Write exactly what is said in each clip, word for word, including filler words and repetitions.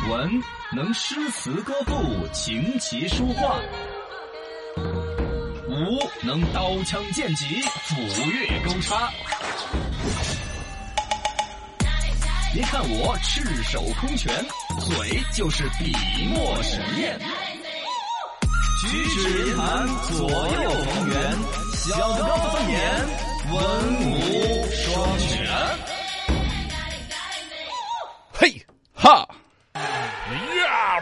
文能诗词歌赋，琴棋书画；武能刀枪剑戟，斧钺钩叉。别看我赤手空拳，嘴就是笔墨神验。举止言谈左右逢源，小高分言，文武双全。 嘿哈呀！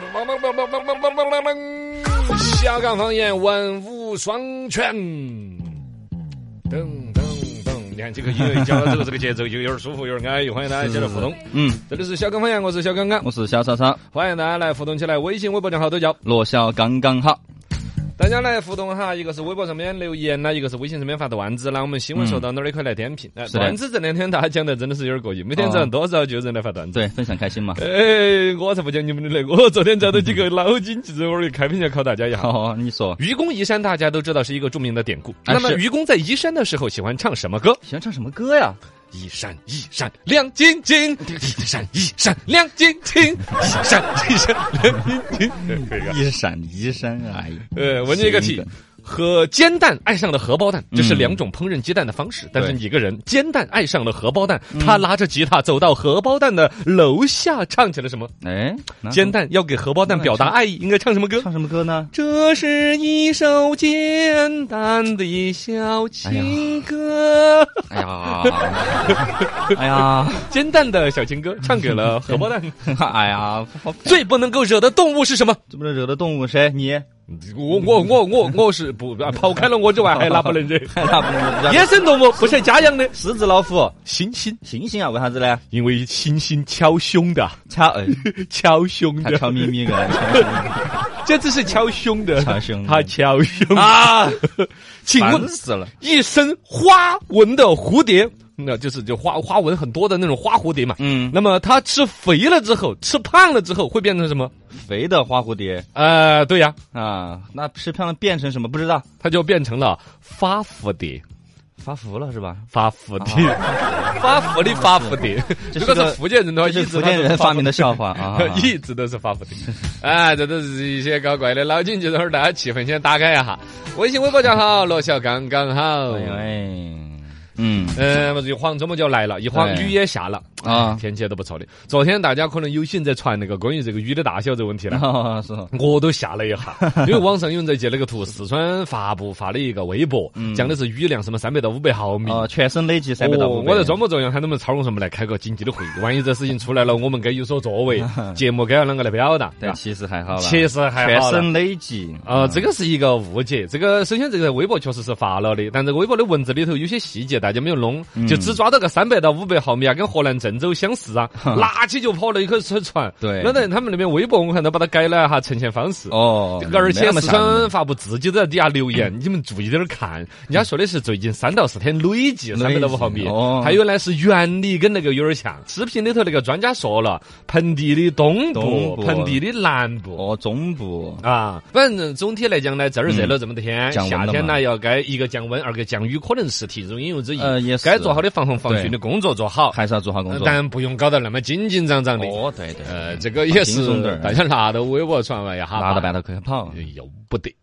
小刚方言，文武双全。噔噔噔，你看这个音乐教这个这个节奏就有点舒服，有点安逸。欢迎大家接着互动。嗯，这里是小刚方言，我是小刚刚， 我是小莎莎， 欢迎大家来互动起来。微信、微博账号都叫罗小刚刚好。 大家来互动哈，一个是微博上面留言啦，一个是微信上面发段子啦。我们新闻说到哪儿也可以来点评。哎，段子这两天大家讲的真的是有点过瘾，每天早上多少就有人来发段子， 对，分享开心嘛。 哎，我才不讲你们的那，我昨天找到几个脑筋急转弯，开篇要考大家一下。 哦，你说， 愚公移山大家都知道是一个著名的典故。 啊、 那么愚公在移山的时候喜欢唱什么歌？ 喜欢唱什么歌呀？ 一闪一闪亮晶晶，一闪一闪亮晶晶，一闪一闪亮晶晶。 一闪一闪哎。 呃，问你一个题。和煎蛋爱上了荷包蛋，这是两种烹饪鸡蛋的方式。嗯、但是一个人煎蛋爱上了荷包蛋，他拿着吉他走到荷包蛋的楼下，唱起了什么？哎，煎蛋要给荷包蛋表达爱意，应该唱什么歌？ 唱什么歌呢？ 这是一首简单的小情歌。 哎呀，哎呀， 煎蛋的小情歌唱给了荷包蛋。 哎呀， 最不能够惹的动物是什么？ 最不能惹的动物谁？你？ 我我我我我是不抛开了我之外还哪不能惹？ 还哪不能惹？ 野生动物不是家养的， 狮子、老虎、 猩猩、 猩猩啊？为啥子呢？ 因为猩猩敲胸的， 敲呃敲胸的， 敲咪咪的， 这只是敲胸的， 敲胸， 他敲胸啊！ 请问死了， 一身花纹的蝴蝶。那就是就花花纹很多的那种花蝴蝶嘛，嗯，那么它吃肥了之后，吃胖了之后会变成什么？ 肥的花蝴蝶？ 呃，对呀， 啊，那吃胖了变成什么？不知道， 它就变成了发蝴蝶， 发福了是吧？ 发蝴蝶，啊、发福的发蝴蝶，这个是福建人的话， 这是福建人发明的笑话啊， 一直都是发蝴蝶。哎，这都是一些搞怪的脑筋急转弯，大家气氛先打开一下。微信、微博账号罗小刚刚好。 哎哎嗯呃，一晃周末就来了，一晃雨也下了啊，天气也都不错的。昨天大家可能有些人在传那个关于这个雨的大小这个问题了， 哦、是我都吓了一下，因为网上有人在截那个图，四川发布发了一个微博，嗯、讲的是雨量什么三百到五百毫米， 哦，全省累计三百到五百。 我在周末中央看他们超容什么来开个紧急的会议，万一这事情出来了，我们该有所作为，节目该要啷个来表达？ 对，其实还好了， 其实还好了， 全省累计啊、呃，这个是一个误解。这个首先这个微博确实是发了的，但这个微博的文字里头有些细节大家没有弄。嗯就只抓到个三百到五百毫米啊，跟河南郑州相似啊，拿起就跑了一口水船。 对， 那在他们那边微博我看到把它改了一下呈现方式。哦，这个而且四川发布自己都在底下留言，你们注意点看。人家说的是最近三到四天累计三百到五毫米，哦，还有呢是原理跟那个有点像。视频里头那个专家说了，盆地的东部、东部盆地的南部、 哦中部啊，反正总体来讲呢，这儿热了这么多天，嗯、夏天呢要该一个降温，二个降雨，可能是其中应有之一。 呃，也是该做好的防洪防汛的工作做好， 还是要做好工作， 但不用搞得那么紧紧张张的。 哦，对对， 呃，这个也是大家拿到微博传闻一下， 拿到半头可以跑， 由不得。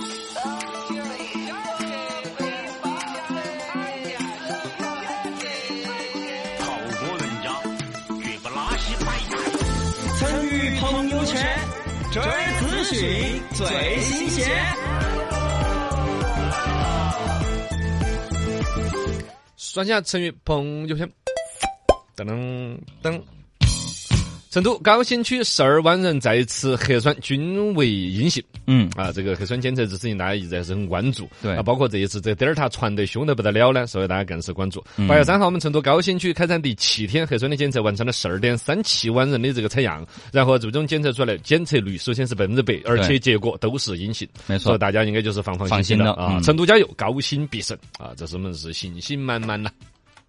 好过人家，绝不拉稀摆烂。 参与朋友圈，追资讯最新鲜。 刷下成语朋友圈，噔噔噔。成都高新区十二万人在此核酸均为阴性。嗯啊，这个核酸检测这事情大家一直还是很关注。对啊，包括这一次这德尔塔传得凶得不得了呢，所以大家更是关注。八、嗯、月三号，我们成都高新区开展第七天核酸的检测，完成了十二点三七万人的这个采样，然后最终检测出来检测率首先是百分之百，而且结果都是阴性。没错，所以大家应该就是放放心心的啊、嗯！成都加油，高新必胜啊！这是我们是信心满满呐。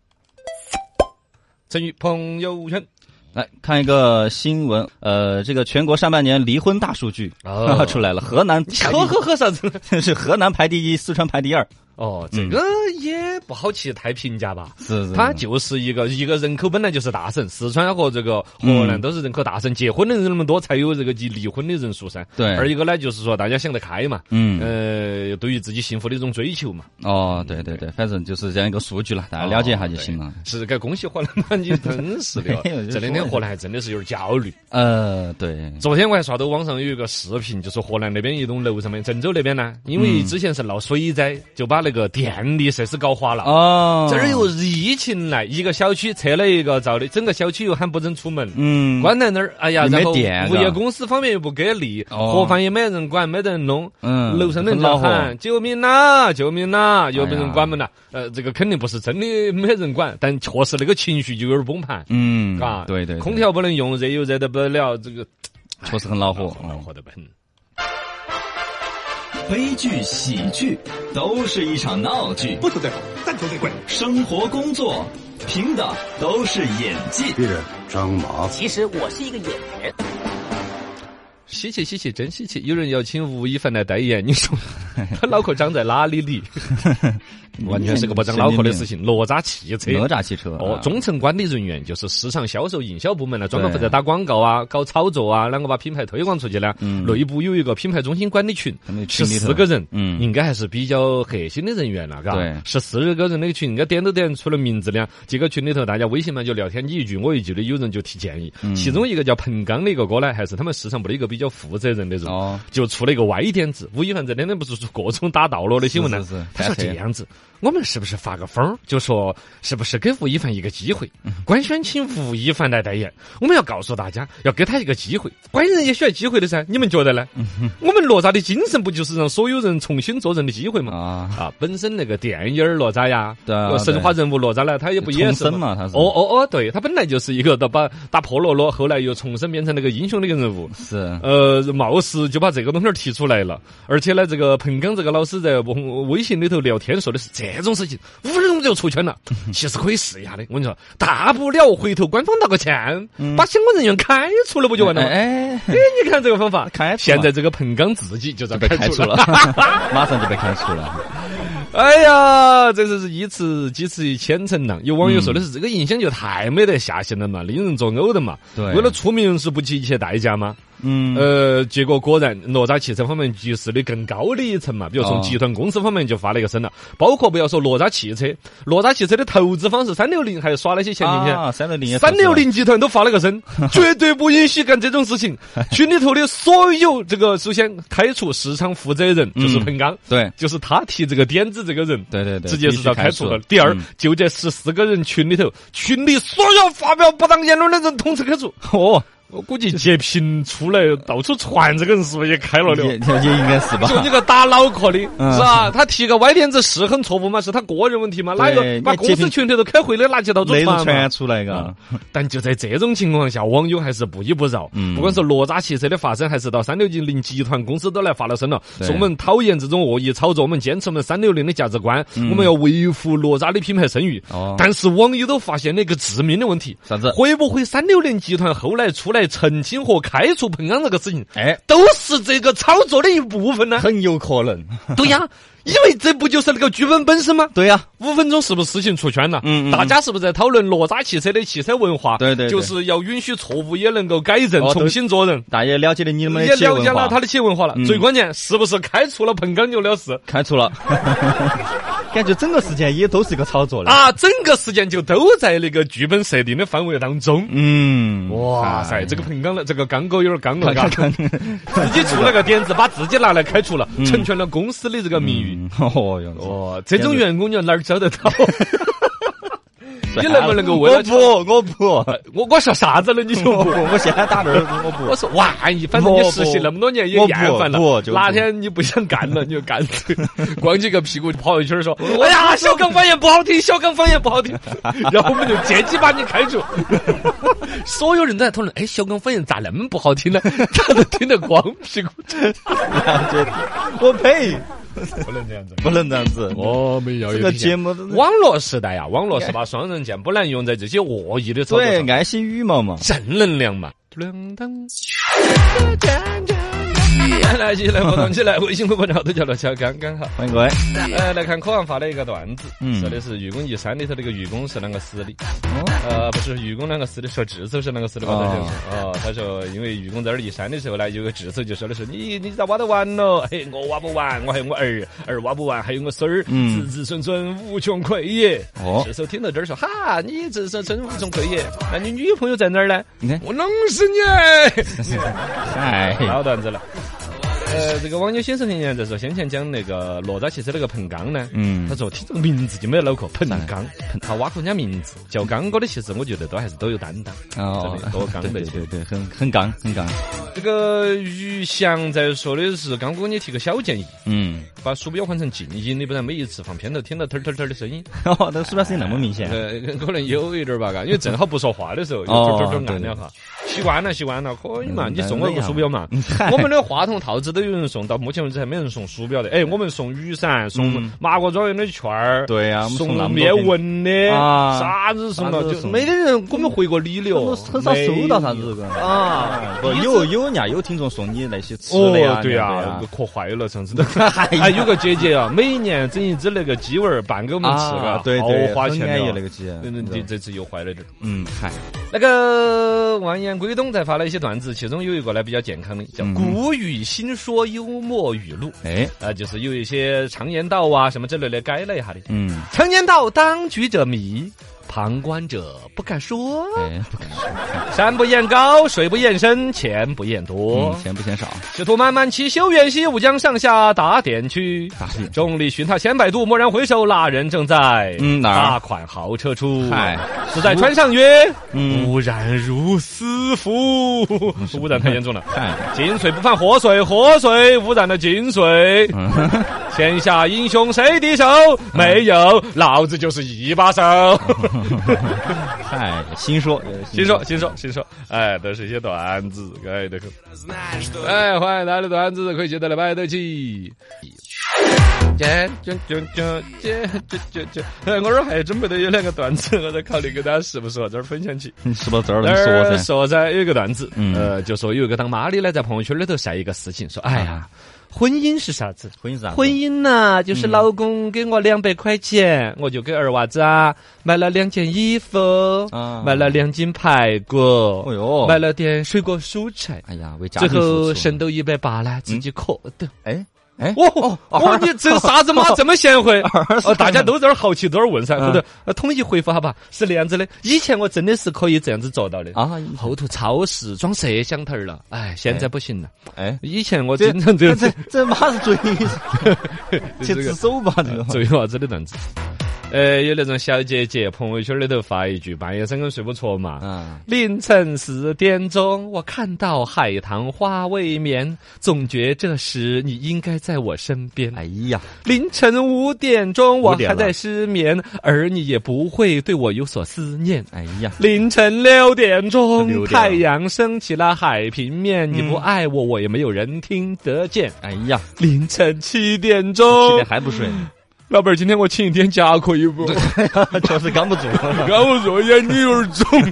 成语朋友圈。 来看一个新闻，呃，这个全国上半年离婚大数据、哦、出来了，河南呵呵呵啥子？ 是河南排第一，四川排第二。 哦，这个也不好去太评价吧。 是是， 它就是一个一个人口本来就是大省，四川和这个河南都是人口大省，结婚的人那么多，才有这个离婚的人数噻。 对。 而一个呢，就是说大家想得开嘛，嗯，呃，对于自己幸福的一种追求嘛。 哦，对对对，反正就是这样一个数据了，大家了解一下就行了。哦、 是该恭喜河南嘛？你真是的，这两天河南还真的是有点焦虑。 呃，对。 昨天我还刷到网上有一个视频，就是河南那边一栋楼上面，郑州那边呢，因为之前是闹水灾，就把那个电力设施搞垮了。哦。这儿又疫情来，一个小区撤了一个灶的，整个小区又喊不准出门，嗯，关在那儿。哎呀，然后物业公司方面又不给力，哦、盒饭也没人管，没得人弄。嗯。楼上的人在喊救命呐，救命呐，又没人管门了。呃，这个肯定不是真的没人管，但确实那个情绪就有点崩盘。嗯，嘎， 对对， 空调不能用，热又热得不得了，这个确实很恼火， 恼火的很。 悲剧、喜剧都是一场闹剧， 不求最好，但求最贵。 生活、工作，凭的都是演技。 别人张麻， 其实我是一个演员。 稀奇稀奇，真稀奇！有人要请吴亦凡来代言，你说他脑壳长在哪里里？完全是个不长脑壳的事情。哪吒汽车， 哪吒汽车哦，中层管理人员就是市场销售营销部门呢，专门负责打广告啊、搞操作啊，啷个把品牌推广出去呢？嗯，内部有一个品牌中心管理群，十四个人，嗯，应该还是比较核心的人员了，嘎。对，十四个人那个群，应该点都点出了名字的。这个群里头，大家微信嘛就聊天，你一句我一句的，有人就提建议。嗯、其中一个叫彭刚的一个哥呢，还是他们市场部的一个比较负责任的人，哦、就出了一个歪点子。吴亦凡这两天不是各种打道路的新闻呢？他说这样子，我们是不是发个风，就说是不是给吴亦凡一个机会，官宣请吴亦凡来代言？我们要告诉大家，要给他一个机会。官人也需要机会的噻，你们觉得呢？我们哪吒的精神不就是让所有人重新做人的机会嘛？啊啊！本身那个电影哪吒呀，神话人物哪吒呢，他也不也是嘛？他是哦哦哦，对，他本来就是一个的把打破罗罗，后来又重生变成那个英雄的一个人物。 是呃，貌似就把这个东西提出来了，而且呢，这个彭刚这个老师在微信里头聊天说的是这种事情，五分钟就出圈了，其实可以试一下的。我跟你说，大不了回头官方道个歉，嗯、把相关人员开除了不就完了吗？哎哎，你看这个方法，开现在这个彭刚自己就在被开除了，马上就被开除了。 哎呀，这是一次几次千层浪。有网友说的是、嗯、这个影响就太没得下限了嘛，令人作呕的嘛。对，为了出名是不计一切代价吗？嗯，呃，结果果然哪吒汽车方面局势的更高的一层嘛，比如从集团公司方面就发了一个声了，包括不要说哪吒汽车，哪吒汽车的投资方是三六零，还耍了些钱进去啊，三六零， 三六零集团都发了个声，绝对不允许干这种事情。群里头的所有这个，首先开除市场负责人就是彭刚， 对， 就是他提这个点子这个人， 对对对， 直接是要开除了。第二，就这十四个人群里头，群里所有发表不当言论的人统称开除。哦。我估计截屏出来到处传，这个人是不是也开了的？ 也也应该是吧。 就你个打脑壳的，嗯、是吧？他提个歪点子是很错误嘛？是他个人问题嘛？哪个把公司群里头开会的垃圾到处传传出来个、 嗯？但就在这种情况下，网友还是不依不饶。嗯、不管是哪吒汽车的发生，还是到三六零集团公司都来发了声了，说我们讨厌这种恶意操作，我们坚持我们三六零的价值观，嗯、我们要维护哪吒的品牌声誉。哦、但是网友都发现了一个致命的问题， 啥子？ 会不会三六零集团后来出来澄清和开除彭刚这个事情， 哎， 都是这个操作的一部分呢？ 很有可能。 对呀，因为这不就是那个剧本本身吗？ 对呀， 五分钟是不是事情出圈了？嗯, 嗯，大家是不是在讨论哪吒汽车的汽车文化？ 对 对, 对， 就是要允许错误也能够改正，哦、重新做人。 大家也了解了你们的也了解了他的企业文化了。嗯、最关键是不是开除了彭刚就了事？ 开除了。感觉整个事件也都是一个操作的啊，整个事件就都在那个剧本设定的范围当中。 嗯， 哇塞，这个彭刚了，这个刚狗有点刚了，自己出了个点子，把自己拿来开除了，嗯、成全了公司的这个名誉。 嗯、哦哟， 哦，这种员工你哪儿找得到？你能不能够为了我不我不我我说啥子了？你说不？ 我现在打这儿我不。 我说万一反正你实习那么多年也厌烦了，哪天你不想干了你就干脆光几个屁股跑一圈说，哎呀，小刚方言不好听，小刚方言不好听，然后我们就借机把你开除。所有人都在讨论，哎，小刚方言咋那么不好听呢？他都听得光屁股。 我呸！ 不能这样子， 不能这样子。 我们要这个节目， 网络时代呀，网络是把双刃剑，不能用在这些恶意的操作上。 对，爱惜羽毛嘛， 正能量嘛。 来起来，活动起来！微信微博号都叫了小刚刚好。 欢迎各位。 呃，来看科王发的一个段子， 嗯说的是愚公移山里头那个愚公是啷个死的？ 哦呃，不是愚公啷个死的，说智叟是啷个死的吧？ 哦哦，他说因为愚公在那儿移山的时候呢，有个智叟就说的是你你咋挖得完了？嘿，我挖不完，我还有我儿，儿挖不完，还有我孙儿， 嗯子子孙孙无穷匮也。 哦智叟听到这儿说，哈，你子子孙无穷匮也，那你女朋友在哪儿呢？ 你看我弄死你！ 哎， 老段子了。呃，这个网友先生听见在说，先前讲那个哪吒汽车那个彭刚呢， 嗯他说听这个名字就没有脑壳，彭刚，他挖出人家名字叫刚哥的，其实我觉得都还是都有担当， 哦真的多刚对得起。 对对对，很很刚很刚。 这个于翔在说的是，刚哥你提个小建议， 嗯， 把鼠标换成静音的，不然每一次放片头听到嘚嘚嘚的声音， 哦，那个鼠标声音那么明显。 呃，可能有一点吧，嘎，因为正好不说话的时候，就哦嘚嘚嘚按两下。习惯了，习惯了，可以嘛？ 嗯你送我一个鼠标嘛？我们的话筒套子都有人送，到目前为止还没人送鼠标的。哎，我们送雨伞，送嗯麻瓜庄园的券儿， 对呀，我们送那么多面纹的， 啊啥子送了？就啥子送没得人，我们回过礼的哦， 很少收到啥子这个啊。 不，有有人家有听众送你那些吃的呀，， 哦对呀呀，， 可坏了，上次都。哎，有个姐姐啊，每年整一只那个鸡尾儿拌给我们吃啊个， 对对， 好花钱很安逸的那个鸡。 嗯，这这次又坏了点儿。 嗯，嗨， 那个万言归东才发了一些段子，其中有一个呢比较健康的，叫嗯古语新说幽默语录。 哎， 啊，就是有一些常言道啊什么之类的改了一下的。 嗯， 常言道，当局者迷，旁观者不敢说。 哎，不敢说， 山不厌高，水不厌深，钱不厌多。 嗯，嫌不嫌少？ 仕途漫漫其修远兮，吾将上下打点去。 打点众里寻他千百度，蓦然回首，那人正在嗯哪儿大款豪车出。 嗨， 自在川上曰： 嗯吾然如斯夫。污染太严重了。 嗨， 金水不犯河水，河水污染了金水。 嗯， 天下英雄谁敌手？没有，老子就是一把手。 嗨，新说， 新说，新说，新说，哎，都是一些段子，哎，都可。哎，欢迎大家的段子，可以接着来摆得起。接就就就接就就就，哎，我这儿还准备的有两个段子，我在考虑跟大家是不是这儿分享起。 你是不是这儿那能说儿噻？ 说噻，有一个段子， 嗯呃，就说有一个当妈的呢，在朋友圈里头晒一个事情，说，哎呀，婚姻是啥子？ 婚姻是啥子？ 婚姻呐、就是老公给我两百块钱，我就给二娃子啊买了两件衣服， 啊买了两斤排骨， 哦哟买了点水果蔬菜， 哎呀，为家最庭付后出。 剩到一百八呢，自己磕的。 哎哎， 哦哦哦！你这啥子嘛？这么贤惠？哦，大家都在那儿好奇，都在那儿问噻， 嗯或者呃统一回复好吧？是那样子的。以前我真的是可以这样子做到的啊后头超市装摄像头了，哎，现在不行了。 哎， 以前我经常这样这子。 这妈是追去自首吧？这个最娃子的段子。呃，有那种小姐姐朋友圈里头发一句，半夜三更睡不着嘛。 啊， 凌晨四点钟，我看到海棠花未眠，总觉这时你应该在我身边。 哎呀， 凌晨五点钟，我五点了还在失眠，而你也不会对我有所思念。 哎呀， 凌晨六点钟， 六点了太阳升起了海平面，你不爱我，我也没有人听得见。 哎呀， 凌晨七点七钟点，还不睡， 老板儿，今天我请一天假可以不？ 确实扛不住。 让我说眼女儿肿。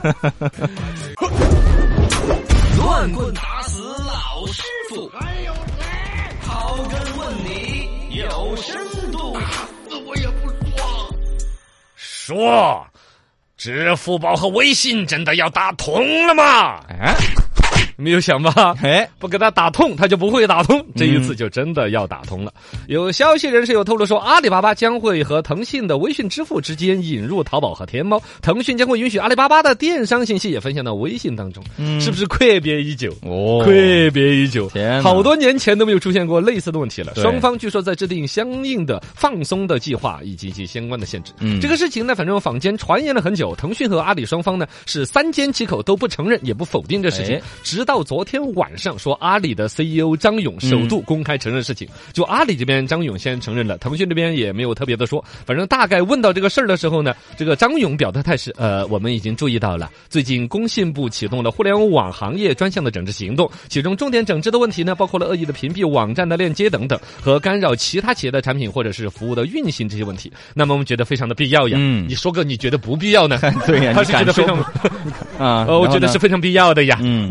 乱棍打死老师傅，还有刨根问你有深度。我也不说。 说，支付宝和微信真的要打通了吗？ 哎没有想吧？ 哎， 不给他打通，他就不会打通。这一次就真的要打通了。有消息人士有透露说，阿里巴巴将会和腾讯的微信支付之间引入淘宝和天猫，腾讯将会允许阿里巴巴的电商信息也分享到微信当中， 嗯是不是阔别已久？ 哦阔别已久， 天哪好多年前都没有出现过类似的问题了。 对双方据说在制定相应的放松的计划以及其相关的限制。 嗯这个事情呢，反正坊间传言了很久，腾讯和阿里双方呢是三缄其口，都不承认也不否定这事情， 哎直到昨天晚上说阿里的 C E O 张勇首度公开承认事情。就阿里这边张勇先承认了，腾讯这边也没有特别的说，反正大概问到这个事儿的时候呢，这个张勇表的态是呃我们已经注意到了，最近工信部启动了互联网行业专项的整治行动，其中重点整治的问题呢包括了恶意的屏蔽网站的链接等等，和干扰其他企业的产品或者是服务的运行这些问题。那么我们觉得非常的必要呀。 嗯你说个你觉得不必要呢？ 对呀， 他是觉得非常啊， 呃，我觉得是非常必要的呀。 嗯我们将会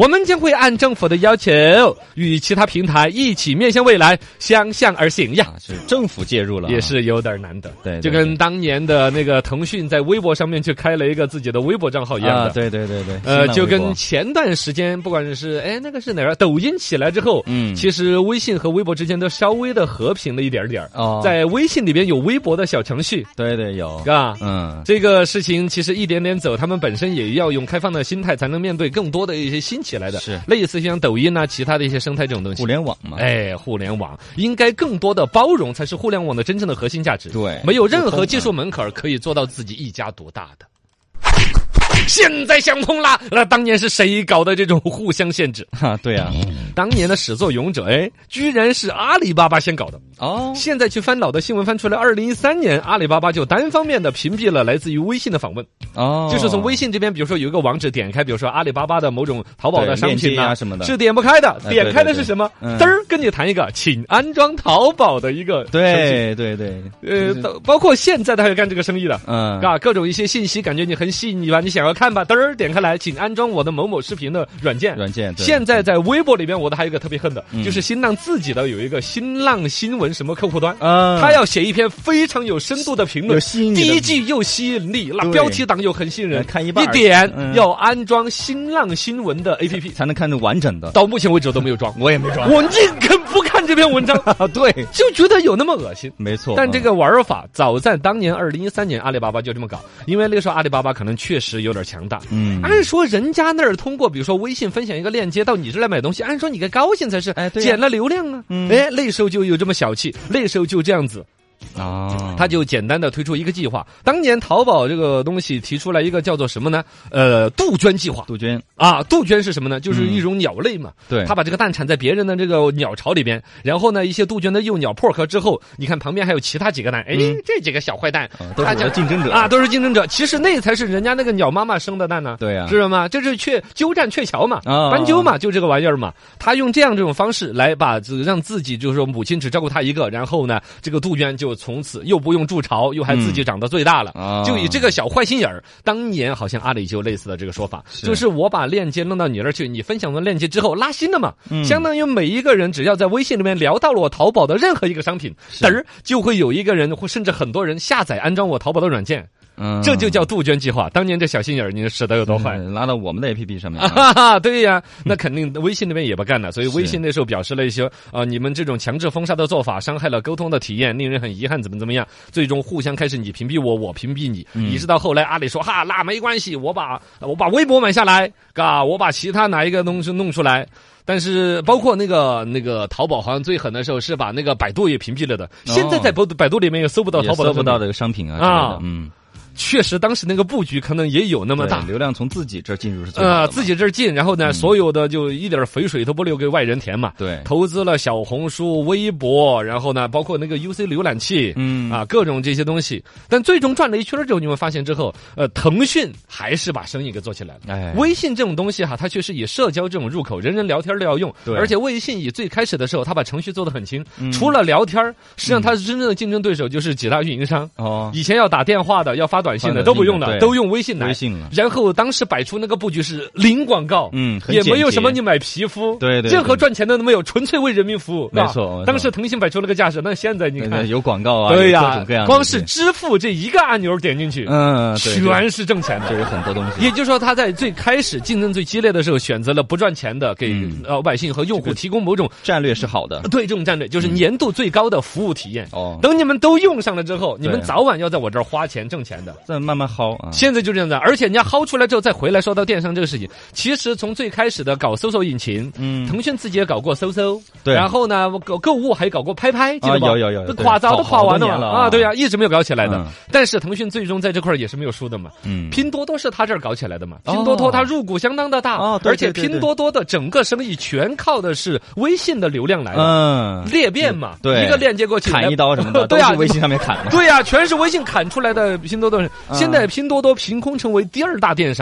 会按政府的要求与其他平台一起面向未来，相向而行呀。 啊，是政府介入了， 也是有点难的。 对， 就跟当年的那个腾讯在微博上面去开了一个自己的微博账号一样的。 啊，对对对对。 呃，就跟前段时间，不管是哎那个是哪儿，抖音起来之后，嗯，其实微信和微博之间都稍微的和平了一点点哦，在微信里边有微博的小程序， 对对有， 是吧？ 嗯， 这个事情其实一点点走，他们本身也要用开放的心态，才能面对更多的一些新起来的， 是类似像抖音啊，其他的一些生态这种东西。 互联网嘛， 哎，互联网应该更多的包容，才是互联网的真正的核心价值。 对， 没有任何技术门槛可以做到自己一家独大的。现在想通了，那当年是谁搞的这种互相限制？ 哈、啊，对啊， 当年的始作俑者，哎，居然是阿里巴巴先搞的。 哦， 现在去翻老的新闻，翻出来，二零一三年阿里巴巴就单方面的屏蔽了来自于微信的访问。哦，就是从微信这边，比如说有一个网址点开，比如说阿里巴巴的某种淘宝的商品啊什么的， 是点不开的。 呃、 点开的是什么？嘚儿、嗯、跟你谈一个，请安装淘宝的一个。 对对对， 呃，包括现在的还有干这个生意的， 嗯， 啊，各种一些信息，感觉你很吸引你吧，你想要看吧，嘚儿点开来，请安装我的某某视频的软件。 软件。 现在在微博里边，我的还有一个特别恨的， 嗯、 就是新浪自己的有一个新浪新闻什么客户端。 啊， 他要写一篇非常有深度的评论，第一句又吸引力，那标题党又很吸引人， 看一半一点、嗯、要安装新浪新闻的 A P P 才能看得完整的。 到目前为止我都没有装， 我也没装， 我宁肯不看这篇文章。 对， 就觉得有那么恶心。 没错， 但这个玩法早在当年二零一三年阿里巴巴就这么搞，因为那个时候阿里巴巴可能确实有点强大。 嗯， 按说人家那儿通过比如说微信分享一个链接到你这来买东西，按说你该高兴才是， 哎，对、啊， 捡了流量啊。嗯，哎，那时候就有这么小气，那时候就这样子。 啊， 他就简单的推出一个计划。当年淘宝这个东西提出来一个叫做什么呢？呃，杜鹃计划。 杜鹃啊，杜鹃是什么呢？就是一种鸟类嘛。 对、嗯， 他把这个蛋产在别人的这个鸟巢里边，然后呢，一些杜鹃的幼鸟破壳之后，你看旁边还有其他几个蛋，哎，嗯、这几个小坏蛋， 啊、都是竞争者啊，都是竞争者。其实那才是人家那个鸟妈妈生的蛋呢。 对呀、啊， 知道吗？这是鹊鸠占鹊桥嘛， 啊、 斑鸠嘛，就这个玩意儿嘛。他用这样这种方式来把让自己就是说母亲只照顾他一个，然后呢，这个杜鹃就从此又不用筑巢，又还自己长得最大了， 嗯、 就以这个小坏心眼儿。当年好像阿里就类似的这个说法，是就是我把链接弄到你那儿去，你分享完链接之后拉新了嘛，嗯、相当于每一个人只要在微信里面聊到了我淘宝的任何一个商品，嘚儿就会有一个人或甚至很多人下载安装我淘宝的软件。 嗯， 这就叫杜鹃计划。当年这小心眼儿，你使得有多坏？ 嗯、拉到我们的 A P P 上面、 啊。哈哈，对呀，那肯定微信那边也不干了。所以微信那时候表示了一些啊、呃，你们这种强制封杀的做法，伤害了沟通的体验，令人很遗憾，怎么怎么样。最终互相开始你屏蔽我，我屏蔽你， 嗯、 一直到后来阿里说哈，那没关系，我把我把微博买下来，嘎，我把其他哪一个东西弄出来。但是包括那个那个淘宝好像最狠的时候是把那个百度也屏蔽了的。哦、现在在百度百度里面也搜不到淘宝的搜不到这个商品啊啊， 嗯。 确实，当时那个布局可能也有那么大， 流量从自己这儿进入是最好的。 呃，自己这儿进，然后呢，嗯、所有的就一点肥水都不留给外人填嘛。 对， 投资了小红书、微博，然后呢，包括那个 U C 浏览器， 嗯啊，各种这些东西。但最终转了一圈之后，你会发现之后，呃，腾讯还是把生意给做起来了。 哎， 微信这种东西哈，它确实以社交这种入口，人人聊天都要用。 对， 而且微信以最开始的时候，它把程序做得很轻， 嗯、 除了聊天，实际上它真正的竞争对手就是几大运营商。 哦， 以前要打电话的、要发短信的都不用了。都用微信来， 微信了。 然后当时摆出那个布局是零广告， 嗯， 也没有什么你买皮肤， 对 对, 对， 任何赚钱的都没有，纯粹为人民服务。 没错， 当时腾讯摆出了个架势，那现在你看有广告啊， 对呀、 各种各样的， 光是支付这一个按钮点进去， 嗯， 全是挣钱的， 就有很多东西。 也就是说，他在最开始竞争最激烈的时候，选择了不赚钱的，给老百姓和用户提供某种战略是好的。 对，这种战略就是年度最高的服务体验。 哦， 等你们都用上了之后，你们早晚要在我这儿花钱挣钱的， 再慢慢薅啊。 现在就这样子。而且人家薅出来之后再回来说到电商这个事情，其实从最开始的搞搜索引擎， 嗯， 腾讯自己也搞过搜搜， 对， 然后呢购购物还搞过拍拍，记得吧？ 啊、有有有， 都垮早都垮完了了啊！对呀、啊，一直没有搞起来的。 嗯、 但是腾讯最终在这块也是没有输的嘛。 嗯， 拼多多是他这儿搞起来的嘛。拼多多它入股相当的大， 哦、 而且拼多多的整个生意全靠的是微信的流量来的。 嗯， 裂变嘛， 对， 一个链接过去砍一刀什么的， 对呀、啊， 都是微信上面砍的。 对呀、啊，全是微信砍出来的拼多多。现在拼多多凭空成为第二大电商。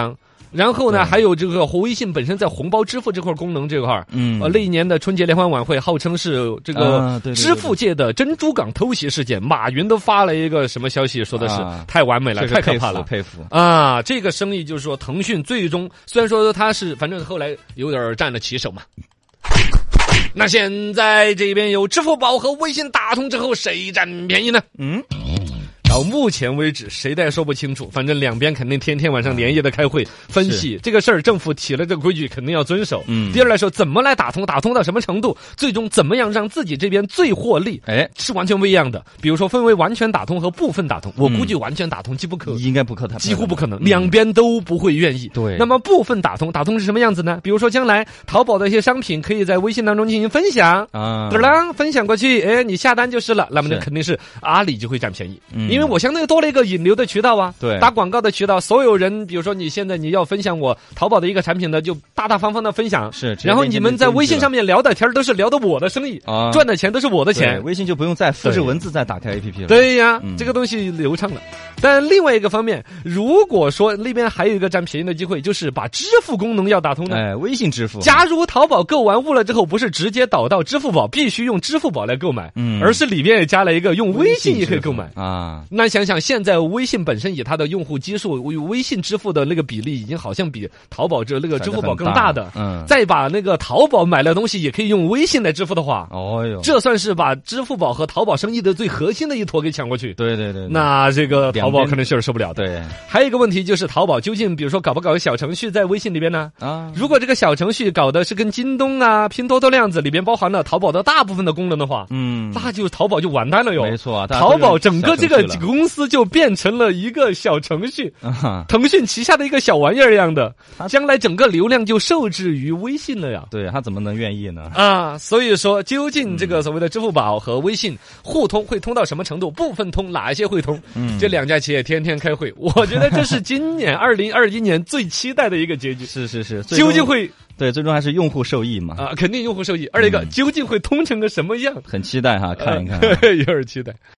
然后呢，还有这个微信本身在红包支付这块功能这块儿， 嗯， 呃，那一年的春节联欢晚会号称是这个啊对对对对支付界的珍珠港偷袭事件，马云都发了一个什么消息，说的是啊太完美了， 这个太可怕了， 佩服。佩服啊！这个生意就是说，腾讯最终虽然说它是，反正后来有点占了旗手嘛。那现在这边有支付宝和微信打通之后，谁占便宜呢？嗯。到目前为止，谁的也说不清楚。反正两边肯定天天晚上连夜的开会分析这个事儿，政府提了这个规矩，肯定要遵守。嗯。第二来说，怎么来打通，打通到什么程度，最终怎么样让自己这边最获利，哎，是完全不一样的。比如说分为完全打通和部分打通，我估计完全打通几不可， 应该不可能， 几乎不可能，两边都不会愿意。 对。 那么部分打通，打通是什么样子呢？比如说将来淘宝的一些商品可以在微信当中进行分享啊，对啦，分享过去，哎，你下单就是了，那么呢肯定是阿里就会占便宜，因为我相当于多了一个引流的渠道啊， 对， 打广告的渠道，所有人，比如说你现在你要分享我淘宝的一个产品呢，就大大方方的分享， 是， 然后你们在微信上面聊的天都是聊的我的生意啊，赚的钱都是我的钱， 微信就不用再复制文字再打开 A P P 了。 对呀，嗯、这个东西流畅了。但另外一个方面，如果说那边还有一个占便宜的机会，就是把支付功能要打通的， 哎，微信支付。 假如淘宝购完物了之后，不是直接导到支付宝，必须用支付宝来购买，嗯，而是里面也加了一个用微信也可以购买啊。那想想现在微信本身以它的用户基数，微信支付的那个比例已经好像比淘宝这那个支付宝更大的，嗯，再把那个淘宝买了东西也可以用微信来支付的话，哦哟，这算是把支付宝和淘宝生意的最核心的一坨给抢过去。 对对 对, 对， 那这个淘宝可能是受不了的。 对， 还有一个问题就是淘宝究竟比如说搞不搞个小程序在微信里边呢？啊，如果这个小程序搞的是跟京东啊、拼多多那样子，里边包含了淘宝的大部分的功能的话，嗯，那就淘宝就完蛋了哟。 没错啊， 淘宝整个这个公司就变成了一个小程序，啊、腾讯旗下的一个小玩意儿一样的，将来整个流量就受制于微信了呀。 对，他怎么能愿意呢？ 啊，所以说究竟这个所谓的支付宝和微信互通会通到什么程度？部分通，哪一些会通？嗯，这两家企业天天开会，我觉得这是今年二零二一年最期待的一个结局。 是是是， 究竟会对，最终还是用户受益嘛？ 啊，肯定用户受益。二一个、嗯、究竟会通成个什么样？ 很期待哈，看一看、啊， 有点期待。